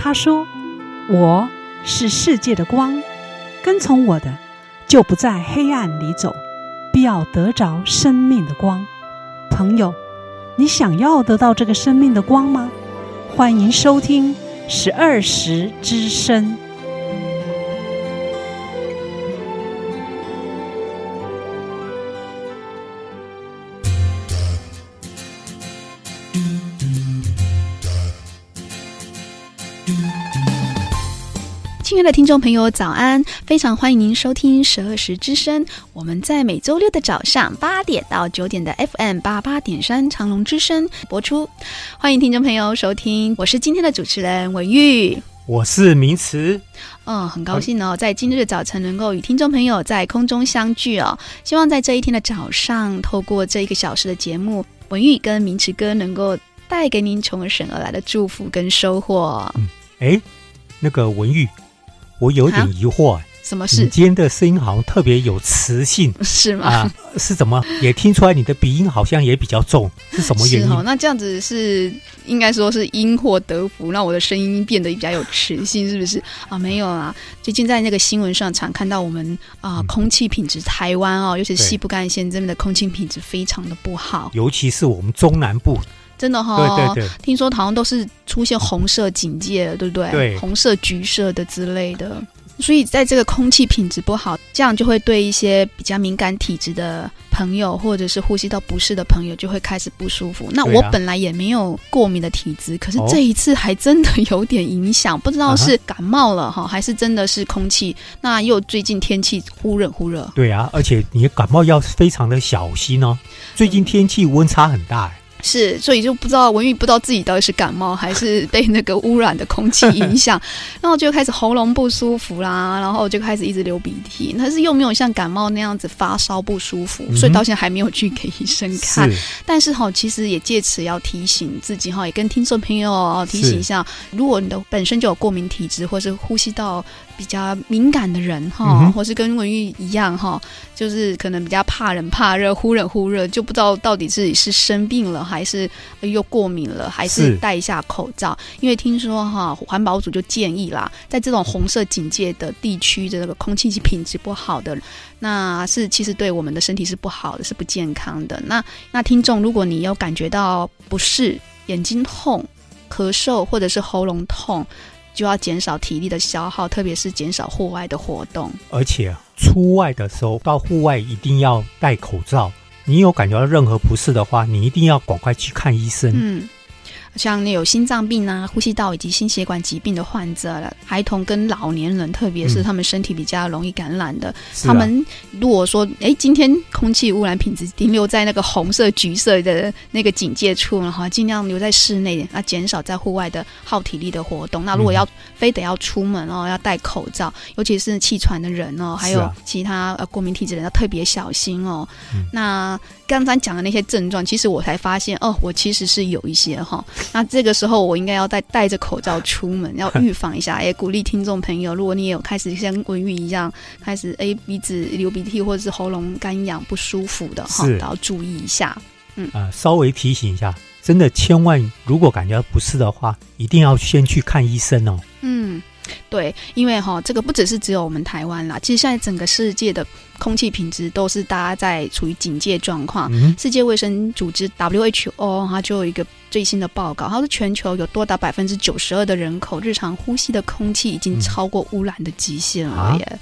他说，我是世界的光，跟从我的就不在黑暗里走，必要得着生命的光。朋友，你想要得到这个生命的光吗？欢迎收听12时之声。 亲爱的听众朋友早安，非常欢迎您收听12时之声。我们在每周六的早上8点到9点的 FM88.3 长隆之声播出，欢迎听众朋友收听，我是今天的主持人文玉， 我是明慈。 很高兴在今日早晨能够与听众朋友在空中相聚希望在这一天的早上，透过这1个小时的节目，文玉跟明慈哥能够带给您从神而来的祝福跟收获。 那个文玉，我有点疑惑， 什么事？ 你今天的声音好像特别有磁性， 是吗？ 是怎么？也听出来你的鼻音好像也比较重，是什么原因？ 那这样子是应该说是因祸得福，让我的声音变得比较有磁性，是不是没有啦，最近在那个新闻上常看到我们空气品质，台湾尤其是西部干线这边的空气品质非常的不好， 尤其是我们中南部。 真的对，听说好像都是出现红色警戒了，对不对？ 对， 红色、橘色的之类的。所以在这个空气品质不好，这样就会对一些比较敏感体质的朋友，或者是呼吸道不适的朋友就会开始不舒服。那我本来也没有过敏的体质，可是这一次还真的有点影响，不知道是感冒了还是真的是空气。那又最近天气忽冷忽热。 对啊，而且你感冒要非常的小心最近天气温差很大是，所以就不知道文玉不知道自己到底是感冒还是被那个污染的空气影响，然后就开始喉咙不舒服啦，然后就开始一直流鼻涕，但是又没有像感冒那样子发烧不舒服，所以到现在还没有去给医生看。但是其实也借此要提醒自己也跟听众朋友提醒一下，如果你的本身就有过敏体质，或是呼吸道比较敏感的人或是跟文玉一样就是可能比较怕冷怕热，忽冷忽热，就不知道到底自己是生病了还是又过敏了，还是戴一下口罩。因为听说环保组就建议啦，在这种红色警戒的地区的这个空气品质不好的，那是其实对我们的身体是不好的，是不健康的。那听众，如果你有感觉到不适、眼睛痛、咳嗽或者是喉咙痛，就要减少体力的消耗，特别是减少户外的活动。而且出外的时候到户外一定要戴口罩，你有感觉到任何不适的话，你一定要赶快去看医生。 像你有心脏病呼吸道以及心血管疾病的患者，孩童跟老年人，特别是他们身体比较容易感染的，他们如果说今天空气污染品质停留在那个红色、橘色的那个警戒处，然后尽量留在室内，减少在户外的耗体力的活动。那如果非得要出门要戴口罩，尤其是气喘的人还有其他过敏体质的人要特别小心那刚才讲的那些症状，其实我才发现我其实是有一些那这个时候我应该要戴着口罩出门，要预防一下。也鼓励听众朋友，如果你也有开始像文玉一样开始鼻子流鼻涕或者是喉咙干痒不舒服的都要注意一下。 稍微提醒一下，真的千万如果感觉不适的话，一定要先去看医生对，因为这个不只有我们台湾啦，其实现在整个世界的空气品质都是大家在处于警戒状况。世界卫生组织 WHO 它就有一个最新的报告，它说全球有多达 92% 的人口日常呼吸的空气已经超过污染的极限了耶。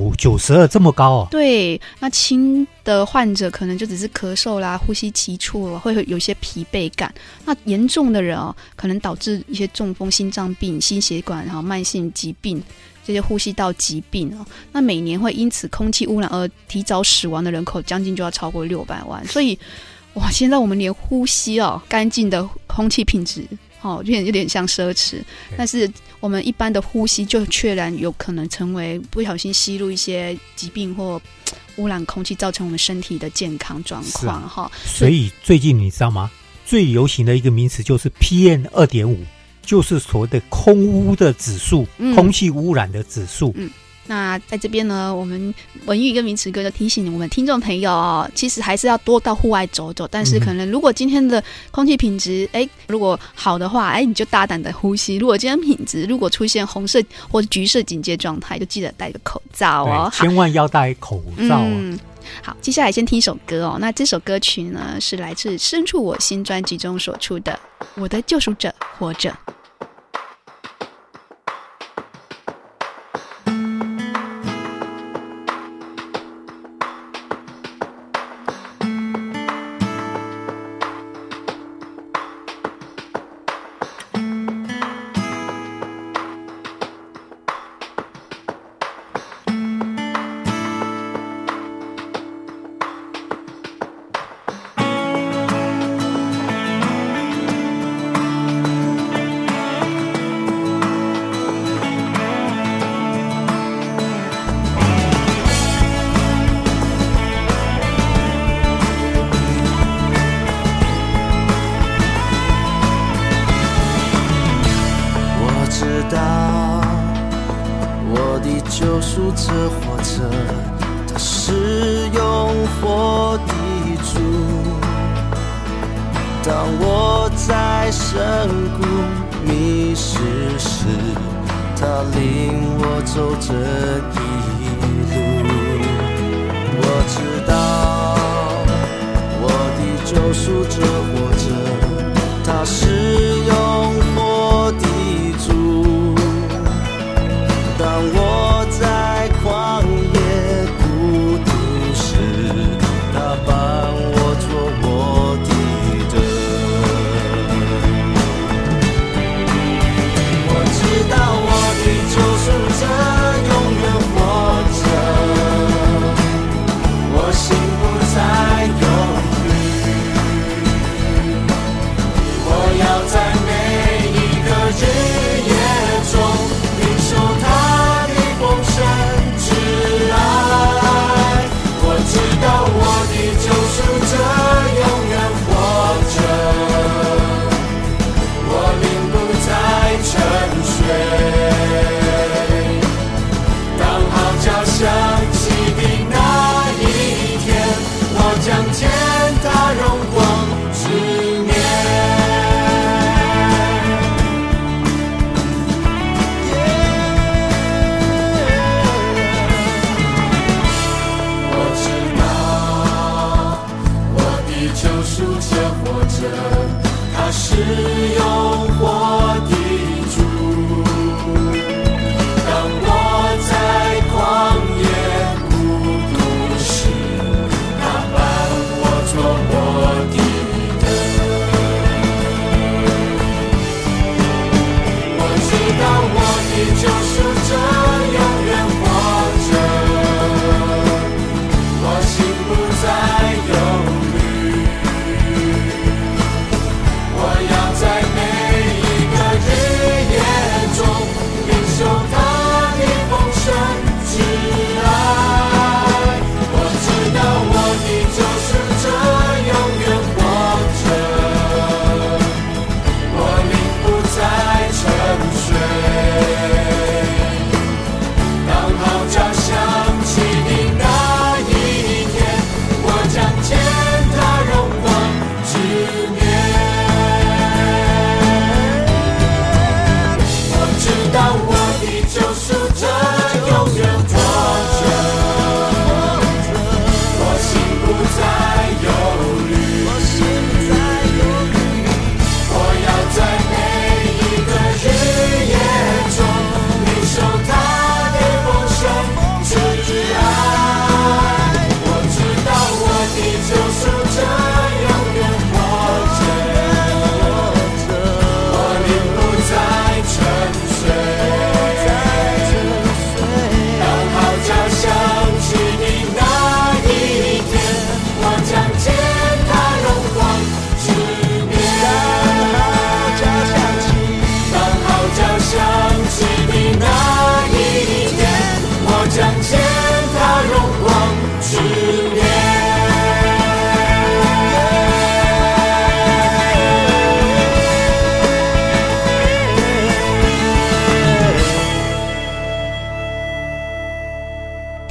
92这么高对，那轻的患者可能就只是咳嗽啦、呼吸急促，会有一些疲惫感。那严重的人可能导致一些中风、心脏病、心血管慢性疾病，这些呼吸道疾病那每年会因此空气污染而提早死亡的人口将近就要超过600万。所以现在我们连呼吸干净的空气品质有点像奢侈，但是我们一般的呼吸就确然有可能成为不小心吸入一些疾病或污染空气，造成我们身体的健康状况所以最近你知道吗？最流行的一个名词就是 PM2.5，就是所谓的空污的指数，空气污染的指数。 那在这边呢，我们文玉跟明池哥就提醒我们听众朋友哦，其实还是要多到户外走走，但是可能如果今天的空气品质如果好的话，你就大胆的呼吸；如果今天品质如果出现红色或橘色警戒状态，就记得戴个口罩哦， 千万要戴口罩好，接下来先听一首歌哦。那这首歌曲呢，是来自《深处我心》专辑中所出的《我的救赎者活着》。 救赎者活着，他是用火的主。当我在深谷迷失时，他领我走这一路。我知道我的救赎者活着，他是用火的主。当我在旷野孤独时，他伴我做我的灯。我知道我的救赎者永远活着，我心不再忧虑。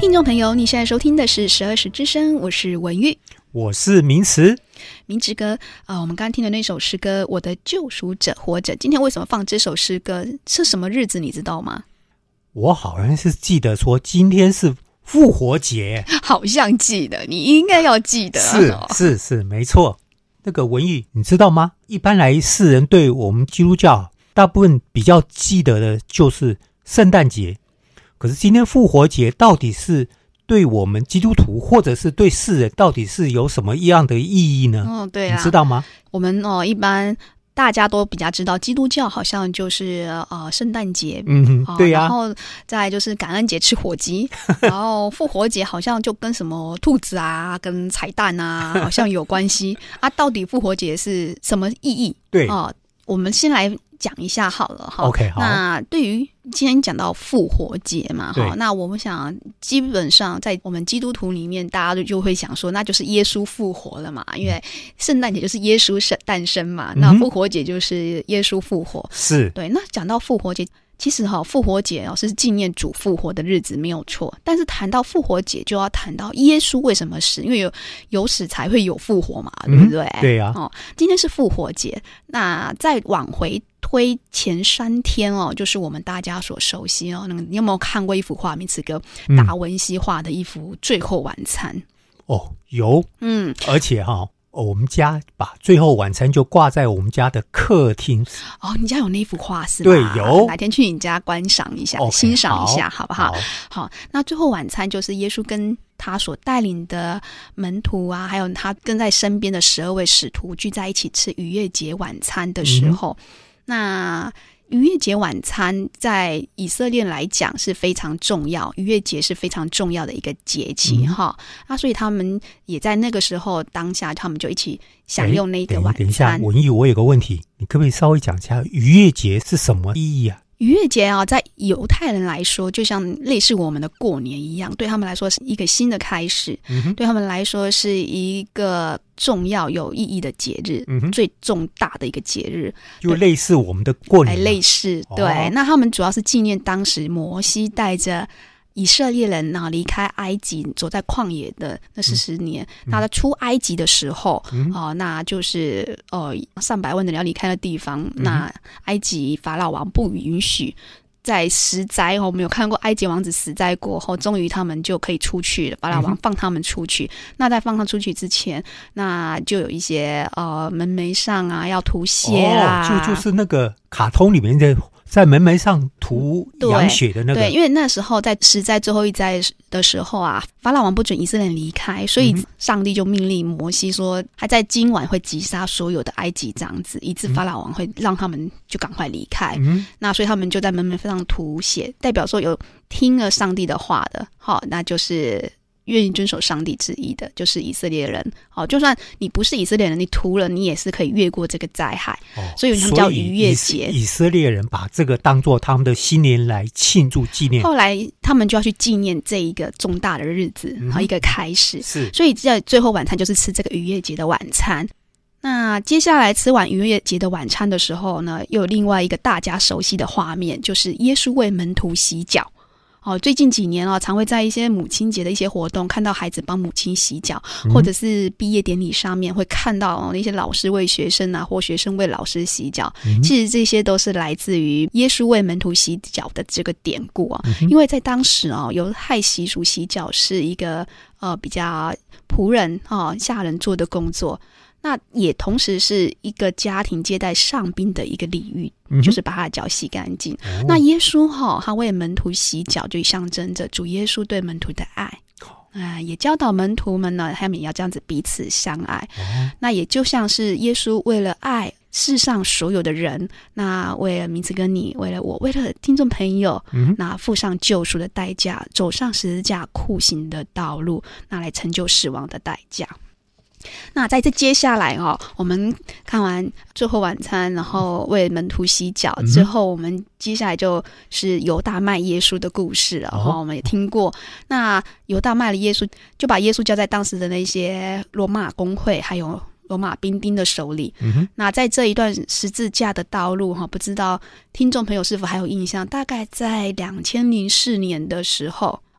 听众朋友，你现在收听的是12时之声，我是文玉， 我是明慈。 明直哥我们刚刚听的那首诗歌《我的救赎者活着》，今天为什么放这首诗歌？是什么日子你知道吗？ 我好像是记得说今天是复活节， 好像记得，你应该要记得。 是没错。那个文玉你知道吗？一般来世人对我们基督教大部分比较记得的就是圣诞节，可是今天复活节到底是对我们基督徒或者是对世人到底是有什么样的意义呢？ 对啊， 你知道吗？ 我们一般大家都比较知道基督教好像就是圣诞节， 对啊， 然后再来就是感恩节吃火鸡，然后复活节好像就跟什么兔子啊跟彩蛋啊好像有关系啊。到底复活节是什么意义？ 对我们先来讲一下好了哈。 OK 好。 那对于今天讲到复活节嘛，那我们想基本上在我们基督徒里面大家就会想说那就是耶稣复活了嘛，因为圣诞节就是耶稣诞生嘛，那复活节就是耶稣复活。是对。那讲到复活节，其实复活节是纪念主复活的日子没有错，但是谈到复活节就要谈到耶稣为什么死，因为有死才会有复活嘛，对不对？对啊。今天是复活节，那再往回推前3天就是我们大家所熟悉你有没有看过一幅画，名词哥达文西画的一幅《最后晚餐》？ 有。而且我们家把最后晚餐就挂在我们家的客厅。 你家有那幅画是吗？ 对，有。 哪天去你家观赏一下，欣赏一下好不好？好，那最后晚餐就是耶稣跟他所带领的门徒啊，还有他跟在身边的12位使徒聚在一起吃逾越节晚餐的时候，那逾越节晚餐在以色列来讲是非常重要，逾越节是非常重要的一个节气所以他们也在那个时候当下他们就一起享用那个晚餐。 等一下文艺，我有个问题，你可不可以稍微讲一下逾越节是什么意义啊？ 逾越节在犹太人来说就像类似我们的过年一样，对他们来说是一个新的开始，对他们来说是一个重要有意义的节日，最重大的一个节日， 就类似我们的过年类似。对，那他们主要是纪念当时摩西带着以色列人离开埃及，走在旷野的那40年，那他出埃及的时候那就是上百万的人要离开的地方，那埃及法老王不允许，在十灾我们有看过埃及王子死灾过后，终于他们就可以出去了，法老王放他们出去。那在放他出去之前，那就有一些门楣上要涂血啦， 就是那个卡通里面的在门楣上涂羊血的那个。对， 因为那时候在十灾最后一灾的时候法老王不准以色列人离开，所以上帝就命令摩西说还在今晚会击杀所有的埃及长子，以致法老王会让他们就赶快离开。那所以他们就在门楣上涂血，代表说有听了上帝的话的，那就是愿意遵守上帝旨意的，就是以色列人。就算你不是以色列人，你涂了你也是可以越过这个灾害。所以他们叫逾越节。 以色列人把这个当作他们的新年来庆祝纪念。 后来他们就要去纪念这一个重大的日子，一个开始。所以在最后晚餐就是吃这个逾越节的晚餐。那接下来吃完逾越节的晚餐的时候呢，又有另外一个大家熟悉的画面，就是耶稣为门徒洗脚。最近几年常会在一些母亲节的一些活动看到孩子帮母亲洗脚，或者是毕业典礼上面会看到那些老师为学生或学生为老师洗脚。其实这些都是来自于耶稣为门徒洗脚的这个典故因为在当时犹太习俗洗脚是一个比较仆人下人做的工作，那也同时是一个家庭接待上宾的一个礼遇，就是把他的脚洗干净。那耶稣他为门徒洗脚，就象征着主耶稣对门徒的爱，也教导门徒们呢，他们也要这样子彼此相爱。那也就像是耶稣为了爱世上所有的人，那为了名字跟你，为了我，为了听众朋友，那付上救赎的代价，走上十字架酷刑的道路，那来成就死亡的代价。那在这接下来我们看完最后晚餐，然后为门徒洗脚之后，我们接下来就是犹大卖耶稣的故事了。我们也听过，那犹大卖了耶稣，就把耶稣交在当时的那些罗马公会还有罗马兵丁的手里。那在这一段十字架的道路不知道听众朋友是否还有印象，大概在2004年的时候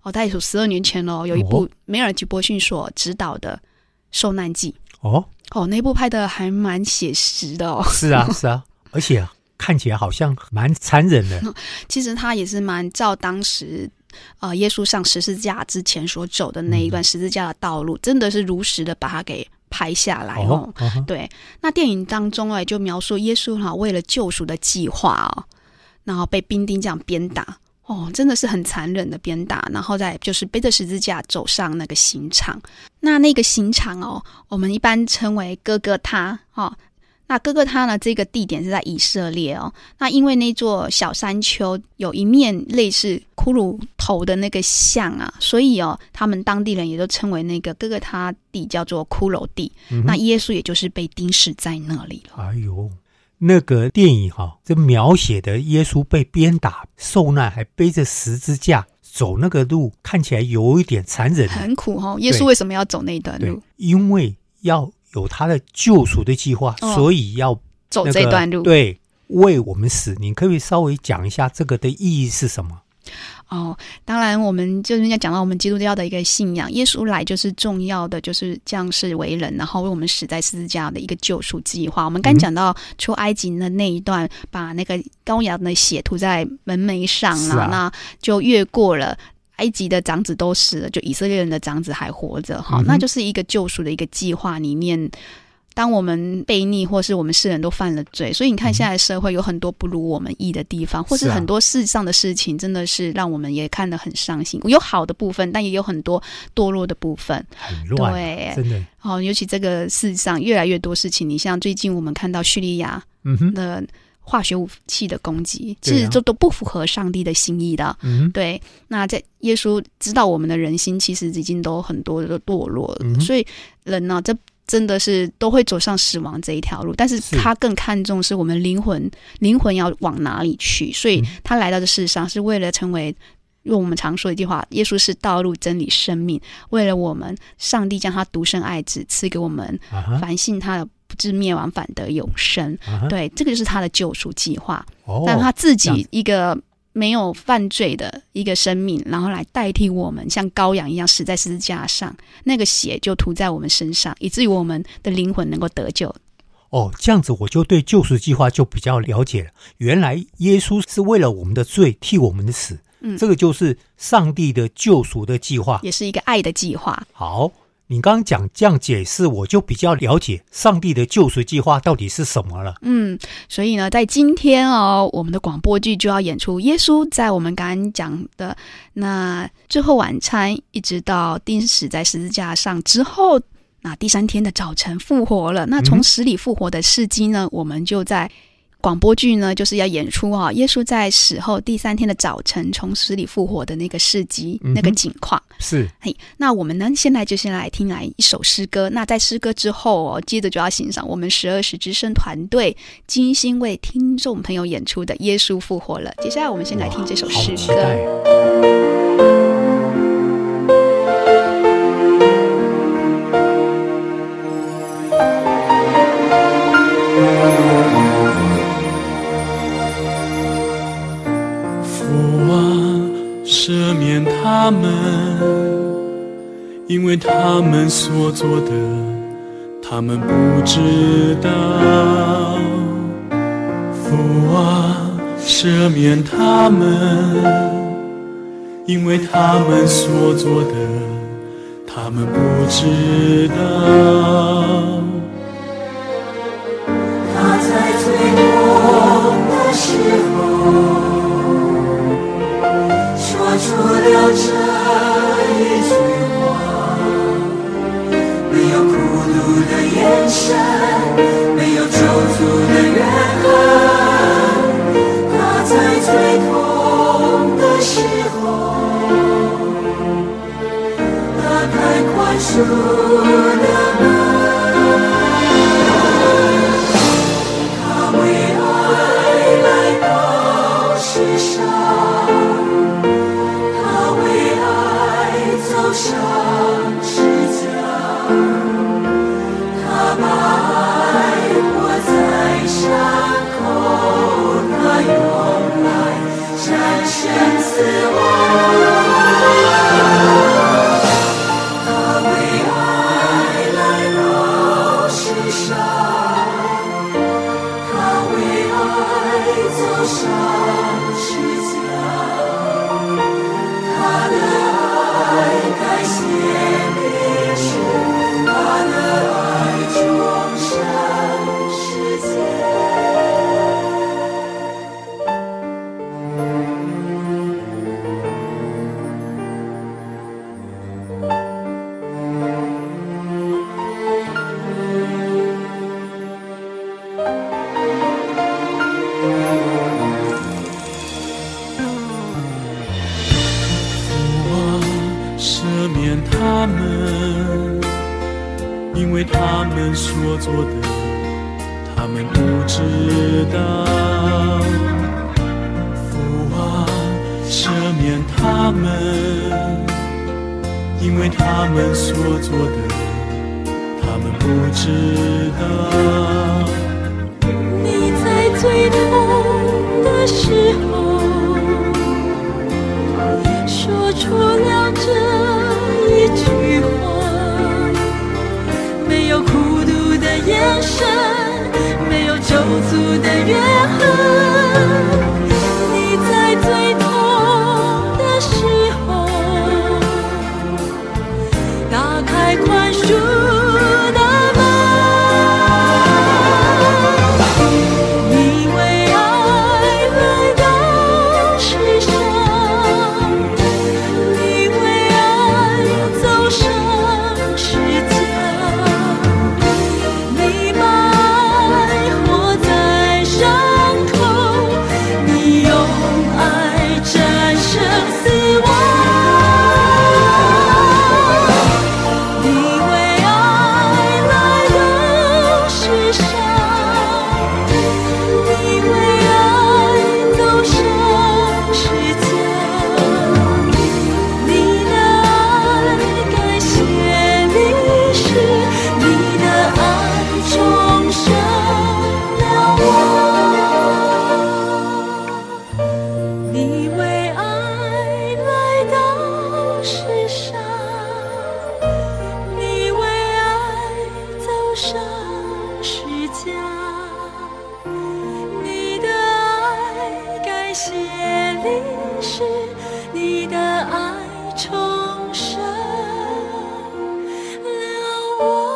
大概有12年前了，有一部梅尔吉伯逊所执导的《受难记》。那部拍的还蛮写实的哦。 是啊，而且看起来好像蛮残忍的。 其实他也是蛮照当时耶稣上十字架之前所走的那一段十字架的道路，真的是如实的把它给拍下来哦。对，那电影当中就描述耶稣为了救赎的计划然后被兵丁这样鞭打真的是很残忍的鞭打，然后再就是背着十字架走上那个刑场。那个刑场我们一般称为哥哥他那哥哥他呢，这个地点是在以色列那因为那座小山丘有一面类似骷髅头的那个像所以他们当地人也都称为那个哥哥他地叫做骷髅地。那耶稣也就是被钉死在那里了。 哎呦，那个电影这描写的耶稣被鞭打受难，还背着十字架走那个路，看起来有一点残忍， 很苦耶稣为什么要走那段路？ 因为要有他的救赎的计划，所以要走这段路， 对，为我们死。你可以稍微讲一下这个的意义是什么？ 当然我们就是要讲到我们基督教的一个信仰，耶稣来就是重要的，就是降世为人，然后为我们死在十字架的一个救赎计划。我们刚讲到出埃及的那一段，把那个羔羊的血涂在门楣上那就越过了埃及的长子都死了，就以色列人的长子还活着那就是一个救赎的一个计划里面。当我们悖逆或是我们世人都犯了罪，所以你看现在社会有很多不如我们意的地方，或是很多世上的事情真的是让我们也看得很伤心，有好的部分，但也有很多堕落的部分， 很乱，对，真的尤其这个世上越来越多事情，你像最近我们看到叙利亚的化学武器的攻击，其实这都不符合上帝的心意的。对，那在耶稣知道我们的人心其实已经都很多的堕落了，所以人这真的是都会走上死亡这一条路，但是他更看重是我们灵魂要往哪里去，所以他来到这世上是为了成为，用我们常说的一句话，耶稣是道路真理生命，为了我们，上帝将他独生爱子赐给我们，凡信他的不至灭亡反得永生。对，这个就是他的救赎计划，但他自己一个没有犯罪的一个生命，然后来代替我们像羔羊一样死在十字架上，那个血就涂在我们身上，以至于我们的灵魂能够得救。 这样子我就对救赎计划就比较了解了，原来耶稣是为了我们的罪替我们的死，这个就是上帝的救赎的计划， 也是一个爱的计划。 好，你刚刚讲这样解释，我就比较了解上帝的救赎计划到底是什么了。 所以呢，在今天我们的广播剧就要演出耶稣在我们刚刚讲的那最后晚餐，一直到钉死在十字架上之后，那第3天的早晨复活了。那从死里复活的事迹呢，我们就在广播剧呢，就是要演出耶稣在死后第3天的早晨从死里复活的那个事迹，那个景况。 是， 那我们呢，先来听来一首诗歌。那在诗歌之后接着就要欣赏我们12时之声团队精心为听众朋友演出的《耶稣复活了》。接下来我们先来听这首诗歌。 赦免他们，因为他们所做的，他们不知道。父啊，赦免他们，因为他们所做的，他们不知道。 他在最痛的时候说出了这一句话，没有苦毒的眼神，没有咒诅的怨恨。他在最痛的时候打开宽恕的门，他为爱来到世上，走上十字架，他把他们，因为他们所做的，他们不知道。父啊，赦免他们，因为他们所做的，他们不知道。 你在最痛的时候，说出了这一句话，没有孤独的眼神，没有咒诅的怨恨。你在最痛的时候，打开宽恕的门。你为爱来到世上，你为爱走上十字架，你把爱活在伤口，你用爱战胜死亡。你为爱来到世上，你为爱走上十字架，你的爱改写历史，你的爱重生了我。你为爱来到世上，你为爱走上十字架，你的爱改写历史，你的爱重生了我。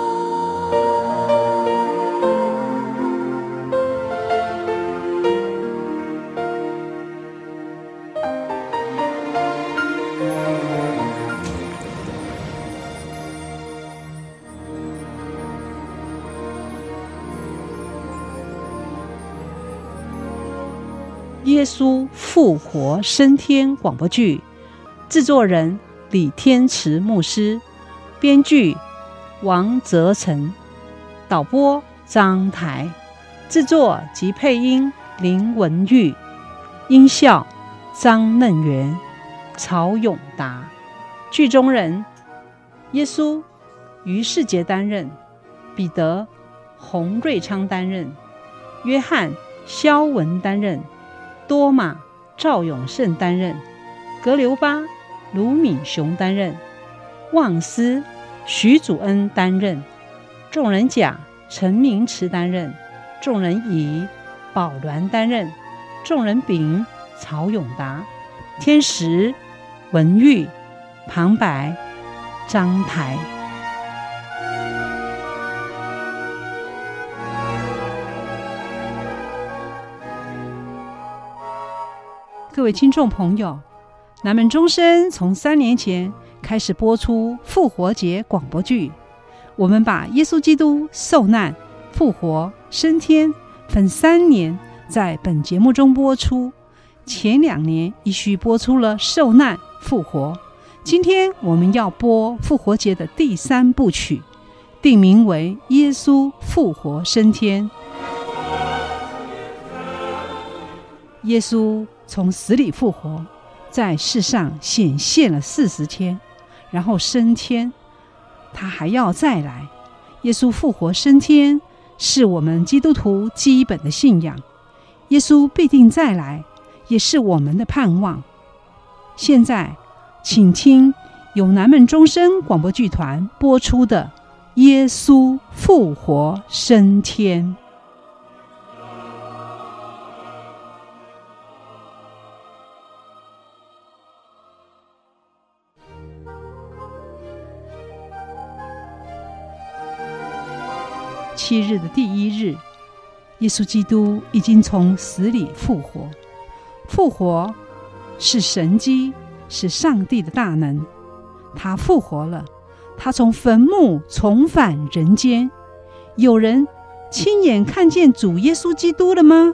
耶稣复活升天广播剧，制作人李天慈牧师，编剧王泽成，导播张台，制作及配音林文玉，音效张嫩元、曹永达。剧中人：耶稣于世杰担任，彼得洪瑞昌担任，约翰萧文担任，多马赵永胜担任，格留巴卢敏雄担任，旺斯徐祖恩担任，众人甲陈明池担任，众人乙宝鸾担任，众人丙曹永达，天时文玉旁白张台。各位听众朋友，南门钟声从3年前开始播出复活节广播剧，我们把耶稣基督受难、复活、升天分3年在本节目中播出。前2年依序播出了受难、复活，今天我们要播复活节的第3部曲，定名为耶稣复活升天。耶稣从死里复活，在世上显现了40天，然后升天，他还要再来。耶稣复活升天是我们基督徒基本的信仰，耶稣必定再来，也是我们的盼望。现在请听由南门钟声广播剧团播出的耶稣复活升天。7日的第1日，耶稣基督已经从死里复活。复活是神迹，是上帝的大能。他复活了，他从坟墓重返人间。有人亲眼看见主耶稣基督了吗？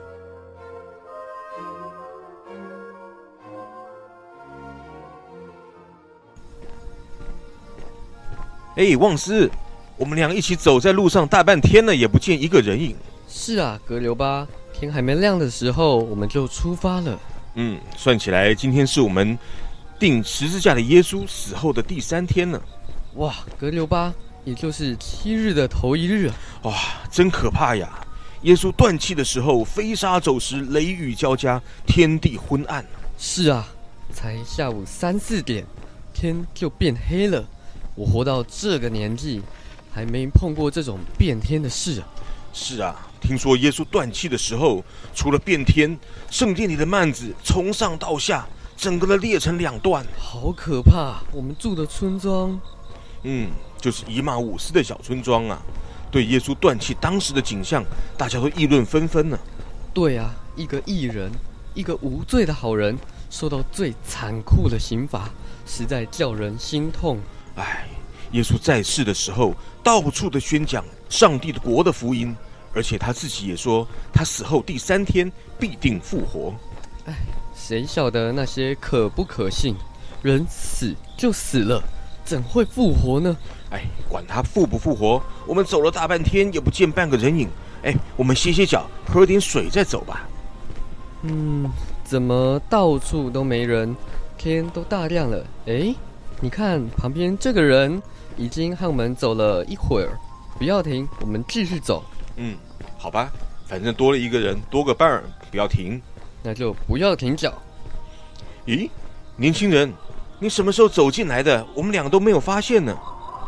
旺斯，我们俩一起走在路上大半天了，也不见一个人影。 是啊，格留巴，天还没亮的时候我们就出发了。 算起来，今天是我们钉十字架的耶稣死后的第3天了。 哇，格留巴，也就是7日的头一日啊！ 哇，真可怕呀！耶稣断气的时候，飞沙走石，雷雨交加，天地昏暗。 是啊，才下午3、4点，天就变黑了。我活到这个年纪，还没碰过这种变天的事啊。 是啊，听说耶稣断气的时候，除了变天，圣殿里的幔子从上到下，整个的裂成2段， 好可怕！我们住的村庄， 就是以马忤斯的小村庄啊。对耶稣断气当时的景象，大家都议论纷纷呢。 对啊，一个义人，一个无罪的好人，受到最残酷的刑罚，实在叫人心痛。 耶稣在世的时候，到处的宣讲上帝的国的福音，而且他自己也说，他死后第3天必定复活。 谁晓得那些可不可信？人死就死了，怎会复活呢？ 管他复不复活，我们走了大半天也不见半个人影。我们歇歇脚，喝点水再走吧。 怎么到处都没人？天都大亮了。你看旁边这个人已经和我们走了一会儿，不要停，我们继续走。 好吧，反正多了一个人，多个伴儿，不要停。 那就不要停脚。 咦，年轻人，你什么时候走进来的？我们两个都没有发现呢。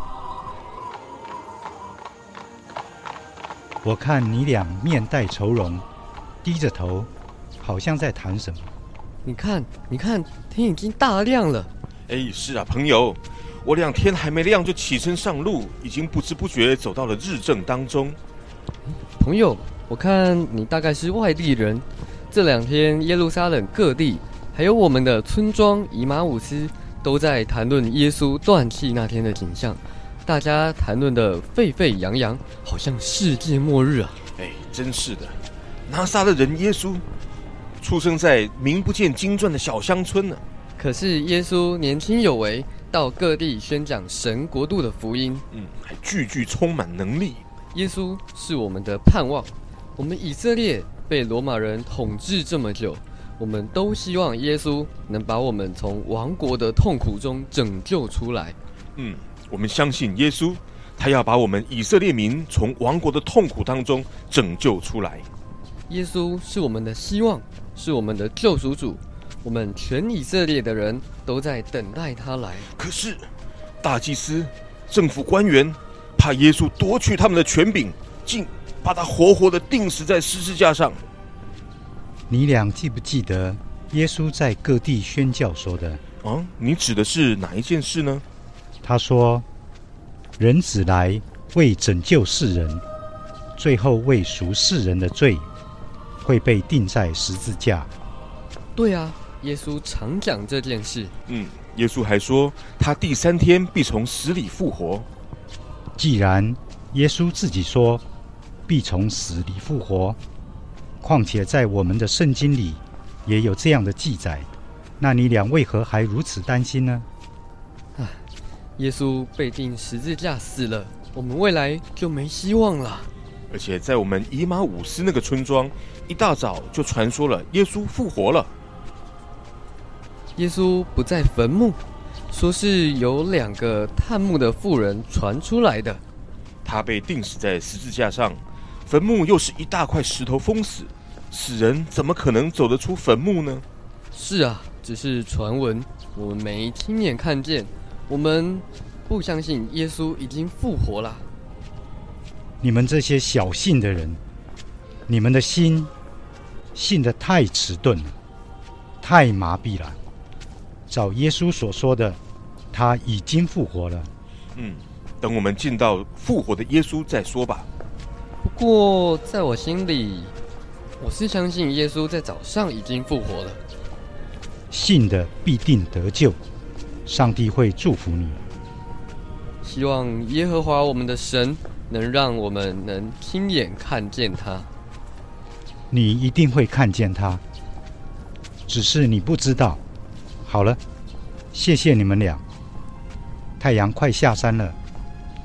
我看你俩面带愁容，低着头，好像在谈什么。 你看，天已经大亮了。 是啊，朋友，我俩天还没亮就起身上路，已经不知不觉走到了日正当中。 朋友，我看你大概是外地人。这2天耶路撒冷各地，还有我们的村庄以马忤斯，都在谈论耶稣断气那天的景象。大家谈论得沸沸扬扬，好像世界末日啊！ 真是的，拿撒勒人耶稣出生在名不见经传的小乡村呢。 可是耶稣年轻有为，到各地宣讲神国度的福音， 还句句充满能力。 耶稣是我们的盼望。我们以色列被罗马人统治这么久，我们都希望耶稣能把我们从亡国的痛苦中拯救出来。 我们相信耶稣，他要把我们以色列民从亡国的痛苦当中拯救出来。 耶稣是我们的希望，是我们的救赎主，我们全以色列的人都在等待他来。 可是大祭司、政府官员怕耶稣夺去他们的权柄，竟把他活活的钉死在十字架上。 你俩记不记得耶稣在各地宣教说的？ 你指的是哪一件事呢？ 他说，人子来为拯救世人，最后为赎世人的罪，会被钉在十字架。 对啊，耶稣常讲这件事。 耶稣还说，他第3天必从死里复活。 既然耶稣自己说必从死里复活，况且在我们的圣经里也有这样的记载，那你俩为何还如此担心呢？ 耶稣被钉十字架死了，我们未来就没希望了。 而且在我们以马忤斯那个村庄，一大早就传说了耶稣复活了。 耶稣不在坟墓，说是有2个探墓的妇人传出来的。 他被钉死在十字架上，坟墓又是一大块石头封死，死人怎么可能走得出坟墓呢？ 是啊，只是传闻，我们没亲眼看见，我们不相信耶稣已经复活了。 你们这些小信的人，你们的心信得太迟钝了，太麻痹了。照耶稣所说的，他已经复活了。 等我们见到复活的耶稣再说吧。 不过在我心里，我是相信耶稣在早上已经复活了。 信的必定得救，上帝会祝福你。 希望耶和华我们的神能让我们能亲眼看见他。 你一定会看见他，只是你不知道。好了，谢谢你们俩。太阳快下山了，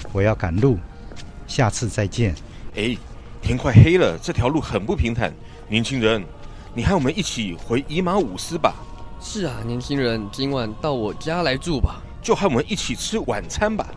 我要赶路，下次再见。 哎，天快黑了，这条路很不平坦。年轻人，你和我们一起回以马忤斯吧。 是啊，年轻人，今晚到我家来住吧。 就和我们一起吃晚餐吧。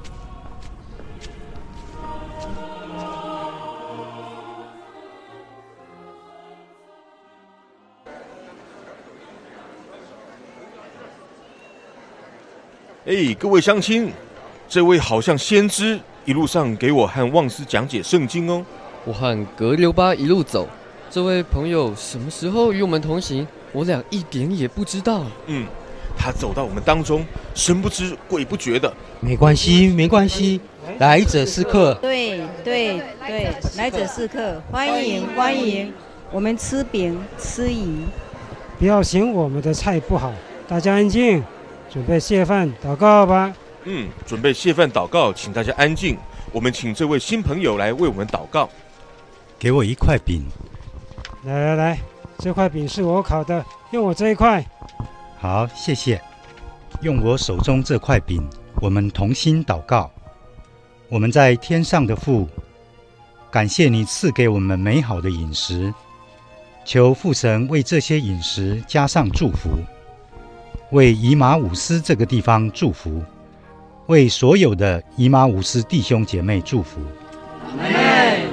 哎，各位乡亲，这位好像先知，一路上给我和旺斯讲解圣经哦。 我和格留巴一路走，这位朋友什么时候与我们同行？我俩一点也不知道。 他走到我们当中，神不知鬼不觉的。 没关系，没关系，来者是客。 对，来者是客，欢迎欢迎，我们吃饼吃鱼。 不要嫌我们的菜不好，大家安静，准备谢饭祷告吧。 准备谢饭祷告，请大家安静。我们请这位新朋友来为我们祷告。 给我一块饼。 来，这块饼是我烤的，用我这一块。 好，谢谢。用我手中这块饼，我们同心祷告。我们在天上的父，感谢你赐给我们美好的饮食，求父神为这些饮食加上祝福，为以马忤斯这个地方祝福，为所有的以马忤斯弟兄姐妹祝福。 阿们。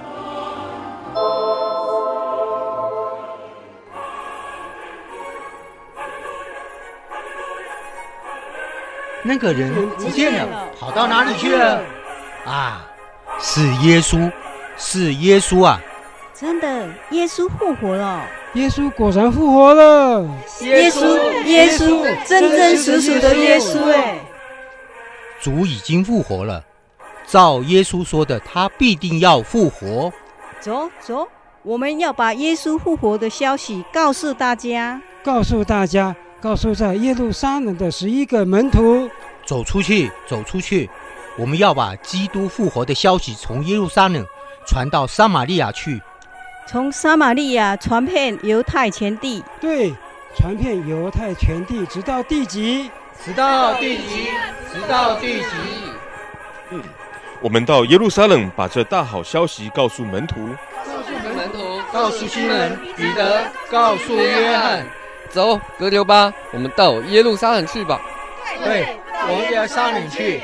那个人不见了，跑到哪里去了？啊，是耶稣，是耶稣啊！ 真的，耶稣复活了！ 耶稣果然复活了！ 耶稣，真实属的耶稣哎！ 主已经复活了，照耶稣说的，他必定要复活。 走，我们要把耶稣复活的消息告诉大家，告诉在耶路撒冷的11个门徒。 走出去，我们要把基督复活的消息从耶路撒冷传到撒玛利亚去， 从撒玛利亚传遍犹太全地。 对，传遍犹太全地，直到地极。 我们到耶路撒冷，把这大好消息告诉门徒， 告诉西门、彼得，告诉约翰。走，格留巴，我们到耶路撒冷去吧。 对，往耶路撒冷去。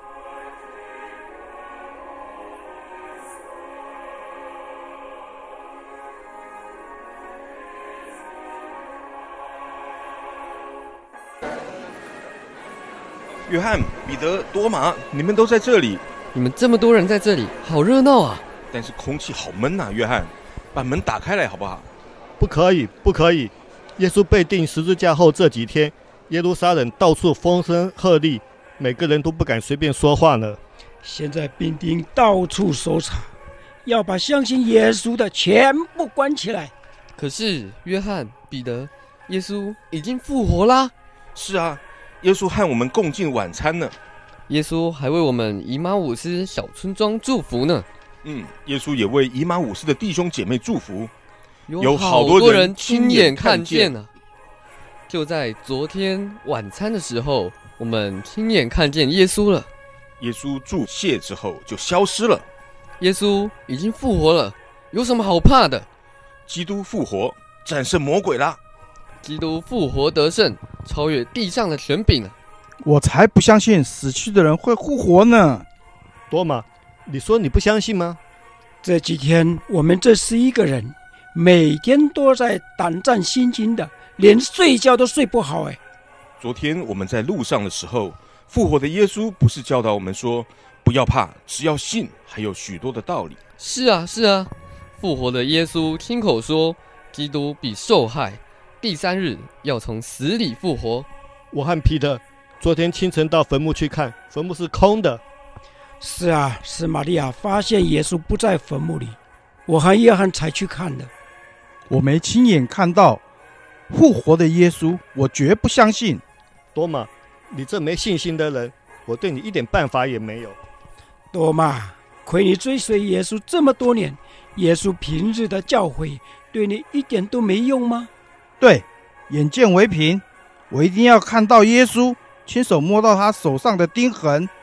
约翰、彼得、多马，你们都在这里。 你们这么多人在这里，好热闹啊！ 但是空气好闷啊，约翰，把门打开来好不好？ 不可以！耶稣被钉十字架后这几天，耶路撒冷到处风声鹤唳，每个人都不敢随便说话呢。 现在兵丁到处搜查，要把相信耶稣的全部关起来。 可是约翰、彼得，耶稣已经复活啦！ 是啊，耶稣和我们共进晚餐呢。 耶稣还为我们以马忤斯小村庄祝福呢。 耶稣也为以马忤斯的弟兄姐妹祝福。 有好多人亲眼看见啊！就在昨天晚餐的时候，我们亲眼看见耶稣了。 耶稣祝谢之后就消失了。 耶稣已经复活了，有什么好怕的？ 基督复活，战胜魔鬼啦！ 基督复活得胜，超越地上的权柄啊！ 我才不相信死去的人会复活呢。 多马，你说你不相信吗？ 这几天我们这11个人每天都在胆战心惊的，连睡觉都睡不好。 昨天我们在路上的时候，复活的耶稣不是教导我们说不要怕，只要信，还有许多的道理。 是啊，复活的耶稣亲口说，基督必受害，第3日要从死里复活。 我和彼得昨天清晨到坟墓去看，坟墓是空的。 是啊，是玛利亚发现耶稣不在坟墓里，我和约翰才去看的。 我没亲眼看到复活的耶稣，我绝不相信。 多马，你这没信心的人，我对你一点办法也没有。 多马，亏你追随耶稣这么多年，耶稣平日的教诲对你一点都没用吗？ 对，眼见为凭，我一定要看到耶稣，亲手摸到他手上的钉痕，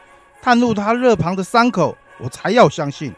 探入他肋旁的伤口，我才要相信。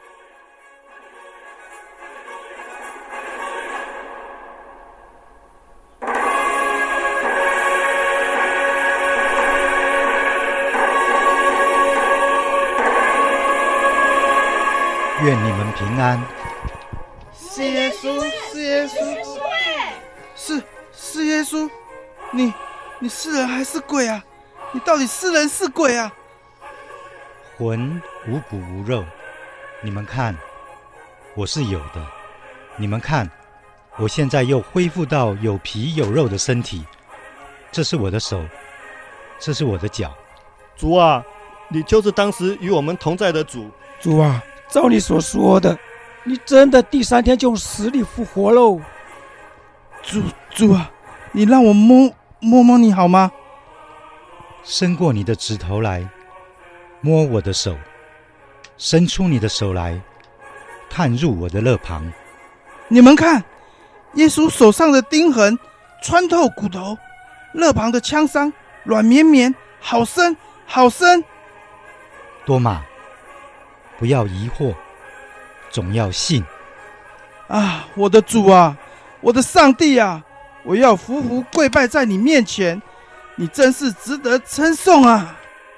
愿你们平安。 是耶稣，是耶稣，是耶稣，你是人还是鬼啊？你到底是人是鬼啊？ 魂无骨无肉，你们看，我是有的。你们看，我现在又恢复到有皮有肉的身体。这是我的手，这是我的脚。 主啊，你就是当时与我们同在的主。 主啊，照你所说的，你真的第3天就死里复活喽。 主啊，你让我摸摸你好吗？ 伸过你的指头来，摸我的手，伸出你的手来，探入我的肋旁。 你们看，耶稣手上的钉痕穿透骨头，肋旁的枪伤软绵绵，好深好深。 多马，不要疑惑，总要信。 啊，我的主啊，我的上帝啊，我要匍匐跪拜在你面前，你真是值得称颂啊！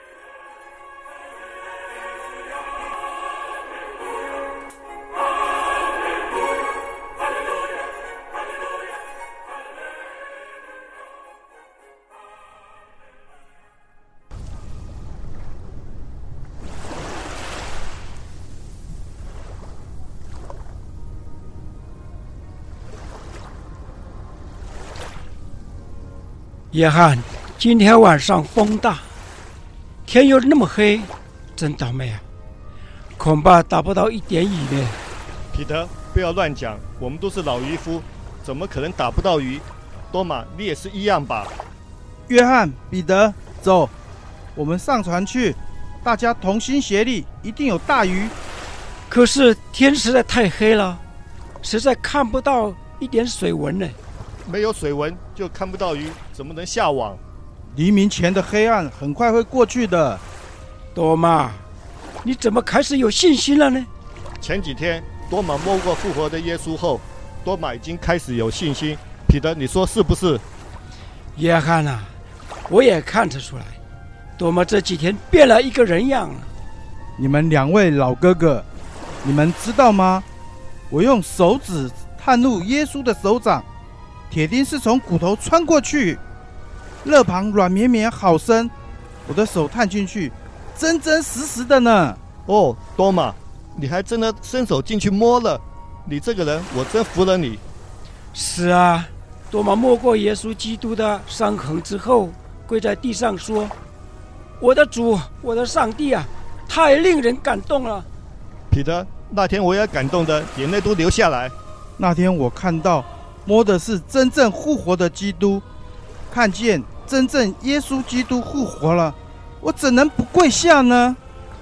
约翰，今天晚上风大，天又那么黑，真倒霉啊！恐怕打不到1点雨呢。 彼得，不要乱讲，我们都是老渔夫，怎么可能打不到鱼？多马，你也是一样吧？ 约翰、彼得，走，我们上船去，大家同心协力，一定有大鱼。 可是天实在太黑了，实在看不到一点水纹呢。 没有水纹就看不到鱼，怎么能下网？ 黎明前的黑暗很快会过去的。 多马，你怎么开始有信心了呢？ 前几天多马摸过复活的耶稣后，多马已经开始有信心。彼得，你说是不是？ 约翰啊，我也看得出来，多马这几天变了一个人样了。 你们2位老哥哥，你们知道吗？我用手指探入耶稣的手掌，铁钉是从骨头穿过去，肋旁软绵绵好深，我的手探进去，真真实实的呢。 哦，多马，你还真的伸手进去摸了，你这个人我真服了你。 是啊，多马摸过耶稣基督的伤痕之后，跪在地上说：“我的主，我的上帝啊，太令人感动了。” 彼得，那天我也感动的眼泪都流下来。 那天我看到摸的是真正复活的基督，看见真正耶稣基督复活了，我怎能不跪下呢？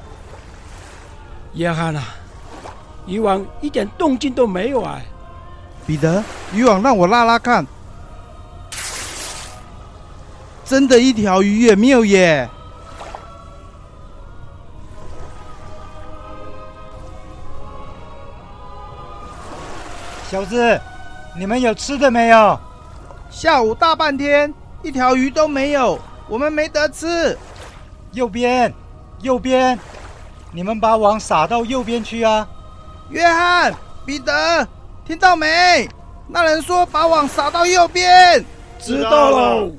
约翰啊，渔网一点动静都没有啊！ 彼得，渔网让我拉拉看，真的一条鱼也没有耶！ 小子，你们有吃的没有？ 下午大半天，一条鱼都没有，我们没得吃。 右边，右边，你们把网撒到右边去啊！ 约翰、彼得，听到没？那人说把网撒到右边。 知道了。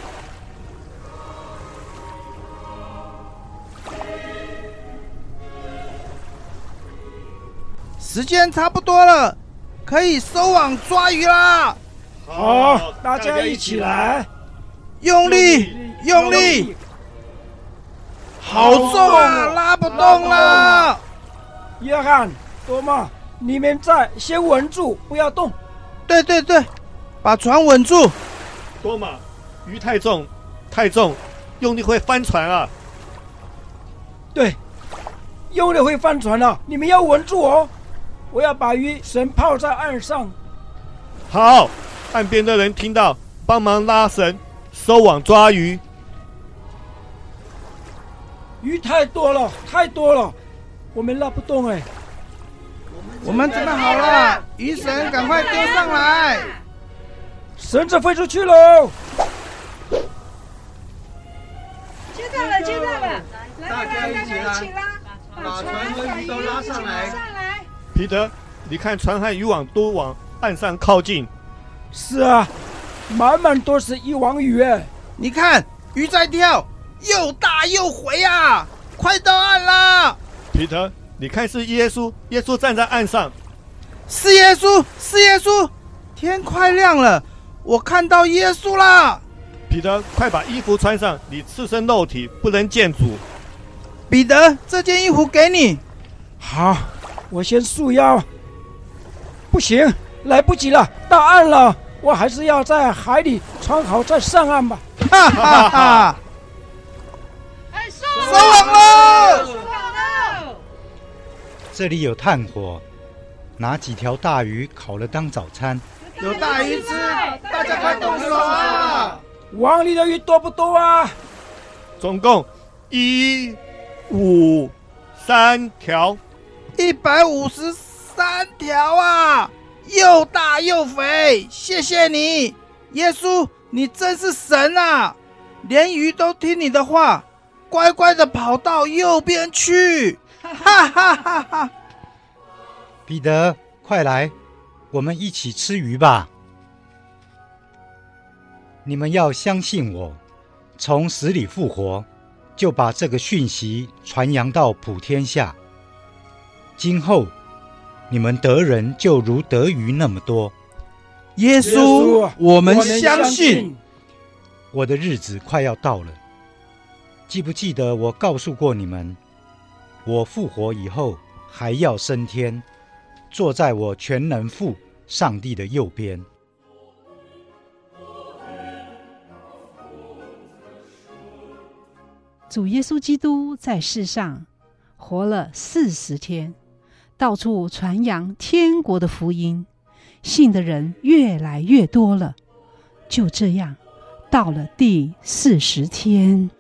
时间差不多了，可以收网抓鱼啦！ 好，大家一起来， 用力，用力！好重啊，拉不动了。 约翰、多马，你们先稳住，不要动。 对对对，把船稳住。 多马，鱼太重，太重，用力会翻船啊！ 对，用力会翻船啊！你们要稳住哦。我要把鱼绳抛在岸上。 好，岸边的人听到，帮忙拉绳，收网抓鱼。 鱼太多了，太多了，我们拉不动哎。 我们准备好了，鱼绳赶快丢上来， 绳子飞出去喽！ 接到了，接到了， 大家一起拉，把船和鱼都拉上来。 彼得，你看船和渔网都往岸上靠近。 是啊，满满都是一网鱼哎！ 你看，鱼在跳，又大又回啊！快到岸啦！ 彼得，你看是耶稣，耶稣站在岸上。 是耶稣，是耶稣！天快亮了，我看到耶稣啦！ 彼得，快把衣服穿上，你赤身露体，不能见主。 彼得，这件衣服给你。 好，我先束腰。不行，来不及了，到岸了，我还是要在海里穿好再上岸吧。 哈哈哈！收网喽！ 这里有炭火，拿几条大鱼烤了当早餐。 有大鱼吃，大家快动手啊！ 网里的鱼多不多啊？ 总共153条 ，153条啊！又大又肥，谢谢你，耶稣，你真是神啊！连鱼都听你的话，乖乖的跑到右边去，哈哈哈哈！ 彼得，快来，我们一起吃鱼吧。你们要相信我，从死里复活，就把这个讯息传扬到普天下。今后你们得人就如得鱼那么多。 耶稣，我们相信。 我的日子快要到了，记不记得我告诉过你们，我复活以后还要升天，坐在我全能父上帝的右边。 主耶稣基督在世上活了40天，到处传扬天国的福音，信的人越来越多了。就这样，到了第40天，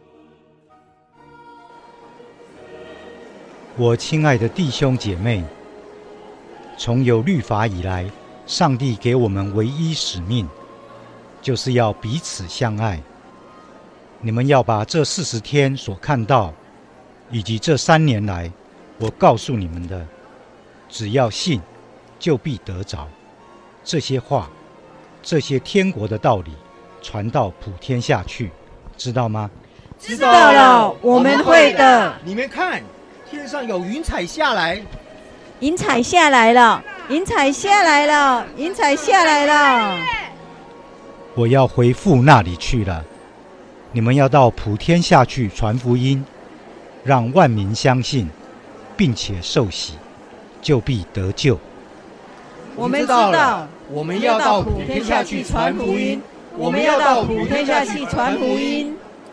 我亲爱的弟兄姐妹，从有律法以来，上帝给我们唯一使命，就是要彼此相爱。你们要把这40天所看到，以及这3年来我告诉你们的，只要信，就必得着。这些话，这些天国的道理，传到普天下去，知道吗？ 知道了，我们会的。 你们看，天上有云彩下来， 云彩下来了，云彩下来了，云彩下来了。 我要回父那里去了。你们要到普天下去传福音，让万民相信，并且受洗，就必得救。 我们知道， 我们要到普天下去传福音，我们要到普天下去传福音。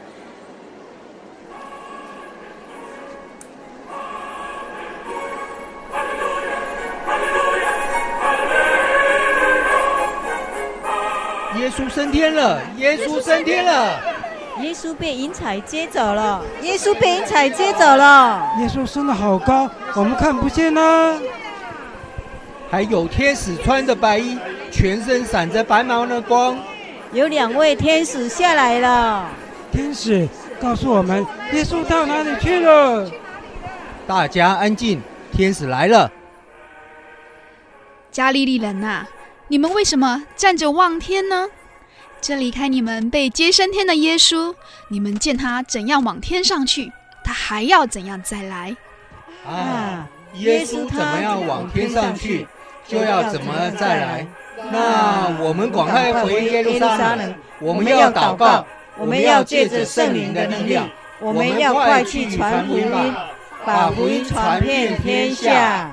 耶稣升天了，耶稣升天了。 耶稣被云彩接走了，耶稣被云彩接走了。 耶稣升得好高，我们看不见啊。 还有天使穿着白衣，全身闪着白毛的光。 有2位天使下来了。 天使告诉我们，耶稣到哪里去了？ 大家安静，天使来了。 加利利人啊，你们为什么站着望天呢？这离开你们被接升天的耶稣，你们见他怎样往天上去，他还要怎样再来。 耶稣怎么样往天上去，就要怎么再来。那我们赶快回耶路撒冷，我们要祷告，我们要借着圣灵的力量， 我们要快去传福音，把福音传遍天下。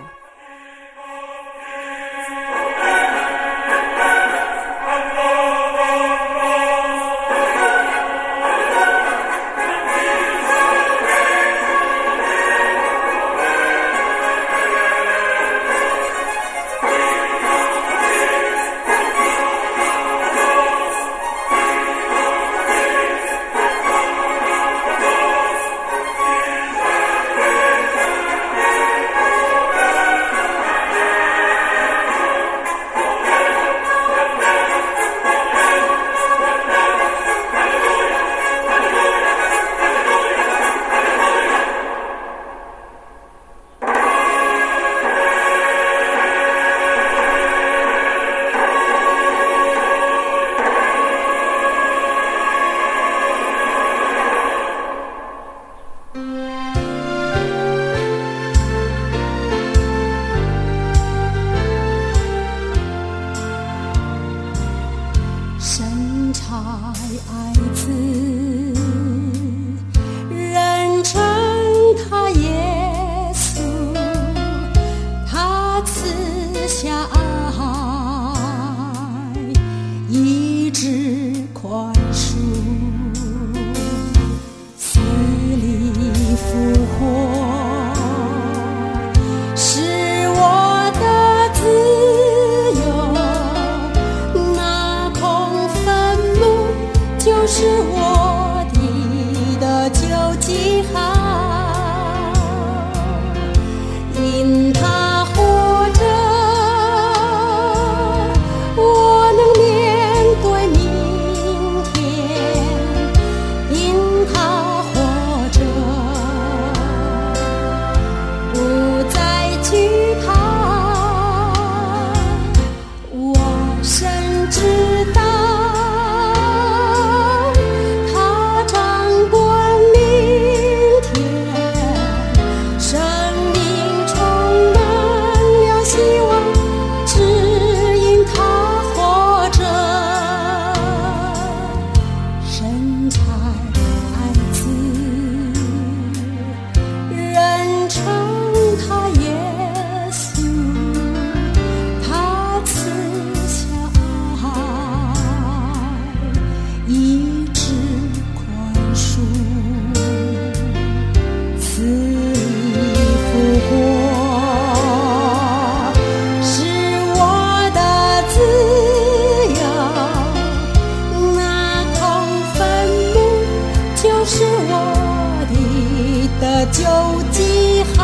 的救济好，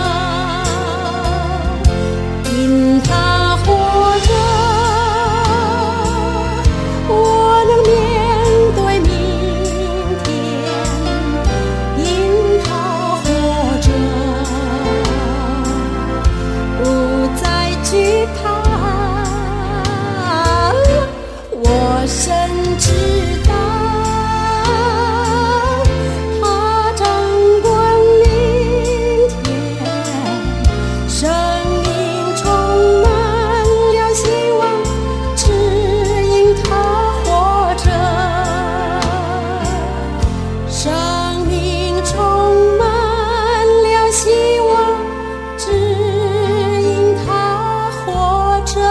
因他活着，我能面对明天，因他活着，不再惧怕。我深知道他掌管明天，生命充满了希望，只因他活着。生命充满了希望，只因他活着。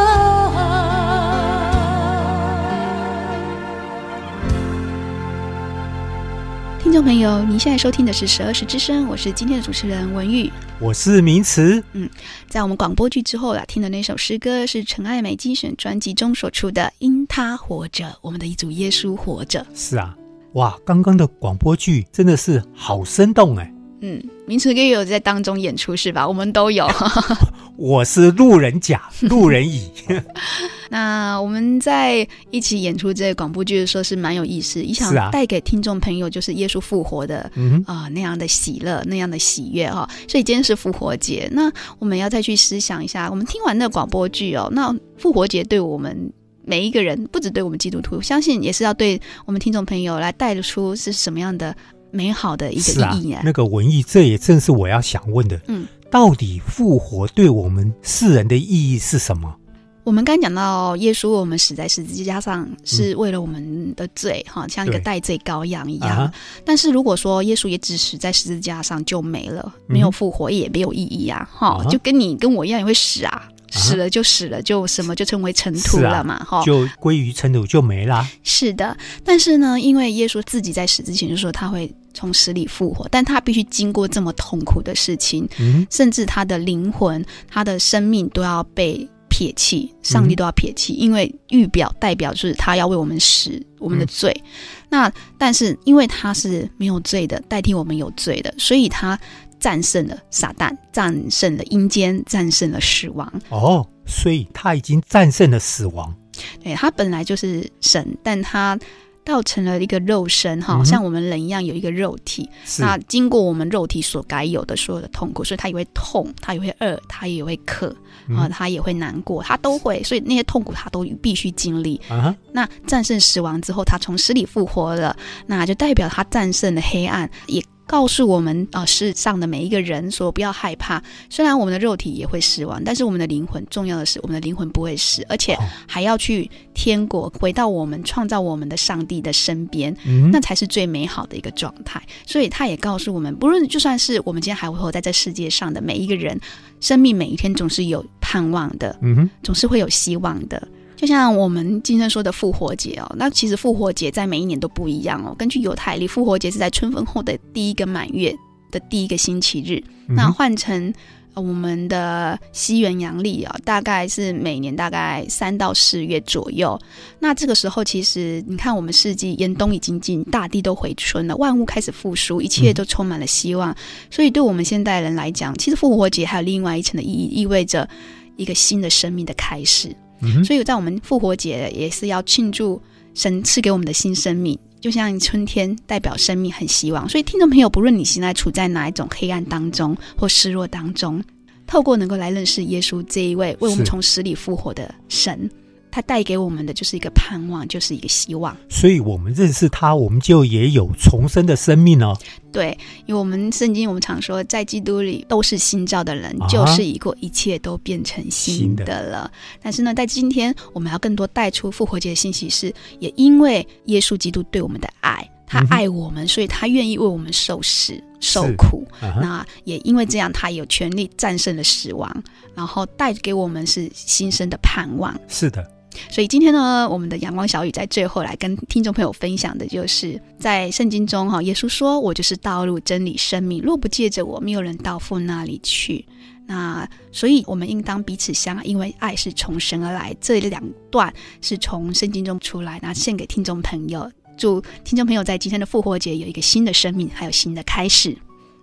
听众朋友，您现在收听的是12时之声，我是今天的主持人文玉， 我是名词。 在我们广播剧之后听的那首诗歌是陈爱美精选专辑中所出的《因他活着》，我们的一主耶稣活着。 是啊，哇，刚刚的广播剧真的是好生动哎。 名词也有在当中演出是吧？我们都有。 我是路人甲，路人乙。 那我们在一起演出这个广播剧的时候是蛮有意思，也想带给听众朋友就是耶稣复活的那样的喜乐，那样的喜悦哈。所以今天是复活节，那我们要再去思想一下，我们听完那个广播剧那复活节对我们每一个人，不只对我们基督徒，相信也是要对我们听众朋友来带出是什么样的美好的一个意义那个文艺，这也正是我要想问的。到底复活对我们世人的意义是什么？ 我们刚讲到耶稣我们死在十字架上是为了我们的罪像一个代罪羔羊一样，但是如果说耶稣也只死在十字架上就没了，没有复活也没有意义就跟你跟我一样也会死死了就死了，就什么就成为尘土了嘛， 就归于尘土就没啦。 是的，但是呢，因为耶稣自己在死之前就说他会从死里复活，但他必须经过这么痛苦的事情，甚至他的灵魂、他的生命都要被撇弃，上帝都要撇弃，因为代表就是他要为我们死我们的罪。那但是因为他是没有罪的，代替我们有罪的，所以他战胜了撒旦，战胜了阴间，战胜了死亡。 所以他已经战胜了死亡。 对，他本来就是神，但他造成了一个肉身像我们人一样有一个肉体，那经过我们肉体所该有的所有的痛苦，所以他也会痛，他也会饿，他也会渴他也会难过，他都会，所以那些痛苦他都必须经历那战胜死亡之后，他从死里复活了，那就代表他战胜了黑暗，也告诉我们世上的每一个人说不要害怕，虽然我们的肉体也会死亡，但是我们的灵魂，重要的是我们的灵魂不会死，而且还要去天国，回到我们创造我们的上帝的身边，那才是最美好的一个状态。所以他也告诉我们，不论就算是我们今天还会活在这世界上的每一个人，生命每一天总是有盼望的，总是会有希望的。就像我们今天说的复活节那其实复活节在每一年都不一样根据犹太历，复活节是在春分后的第一个满月的第一个星期日，那换成我们的西元阳历大概是每年大概3到4月左右。那这个时候其实你看我们世纪严冬已经尽，大地都回春了，万物开始复苏，一切都充满了希望，所以对我们现代人来讲，其实复活节还有另外一层的意义，意味着一个新的生命的开始。所以在我们复活节也是要庆祝神赐给我们的新生命，就像春天代表生命和希望。所以听众朋友，不论你现在处在哪一种黑暗当中或失落当中，透过能够来认识耶稣这一位为我们从死里复活的神，他带给我们的就是一个盼望，就是一个希望。 所以我们认识他，我们就也有重生的生命对，因为我们圣经我们常说，在基督里都是新造的人，旧事已过，一切都变成新的了。但是呢，在今天我们要更多带出复活节的信息是，也因为耶稣基督对我们的爱，他爱我们，所以他愿意为我们受死受苦，那也因为这样，他有权利战胜了死亡，然后带给我们是新生的盼望。 是的， 所以今天呢，我们的阳光小雨在最后来跟听众朋友分享的就是在圣经中耶稣说，我就是道路真理生命，若不借着我，没有人到父那里去。那所以我们应当彼此相爱，因为爱是从神而来。这两段是从圣经中出来，那献给听众朋友，祝听众朋友在今天的复活节有一个新的生命，还有新的开始。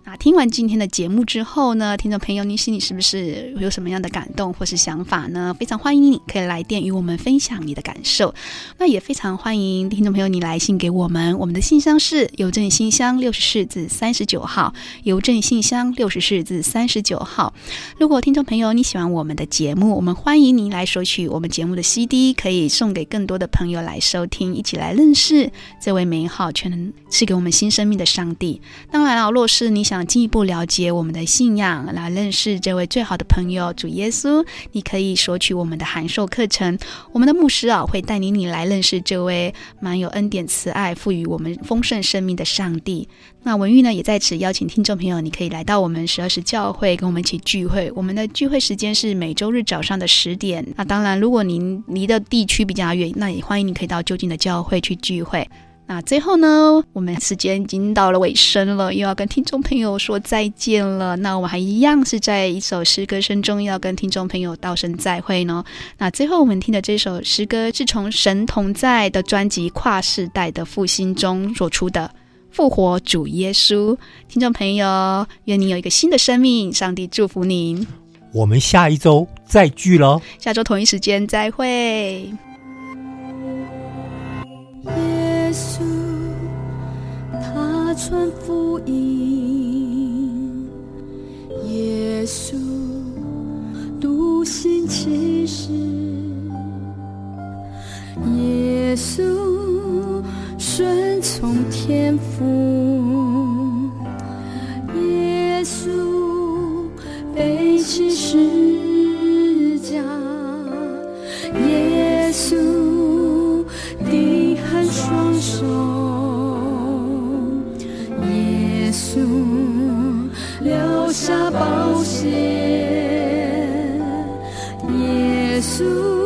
那听完今天的节目之后呢，听众朋友，你心里是不是有什么样的感动或是想法呢？非常欢迎你可以来电与我们分享你的感受。那也非常欢迎听众朋友你来信给我们，我们的信箱是邮政信箱64字39号，邮政信箱64字39号。如果听众朋友你喜欢我们的节目，我们欢迎您来索取我们节目的 CD， 可以送给更多的朋友来收听，一起来认识这位美好全能赐给我们新生命的上帝。当然若是你想进一步了解我们的信仰，来认识这位最好的朋友主耶稣，你可以索取我们的函授课程。我们的牧师会带领你来认识这位满有恩典慈爱赋予我们丰盛生命的上帝。那文玉呢也在此邀请听众朋友，你可以来到我们12时教会跟我们一起聚会。我们的聚会时间是每周日早上的10点。那当然如果您离的地区比较远，那也欢迎你可以到就近的教会去聚会。那最后呢，我们时间已经到了尾声了，又要跟听众朋友说再见了。那我们还一样是在一首诗歌声中要跟听众朋友道声再会呢。那最后我们听的这首诗歌是从神同在的专辑跨世代的复兴中所出的复活主耶稣。听众朋友，愿你有一个新的生命，上帝祝福您。 我们下一周再聚咯， 下周同一时间再会。 耶稣他传福音，耶稣笃行其事，耶稣顺从天父，耶稣背起十架，耶稣滴汗双手，耶稣留下宝血，耶稣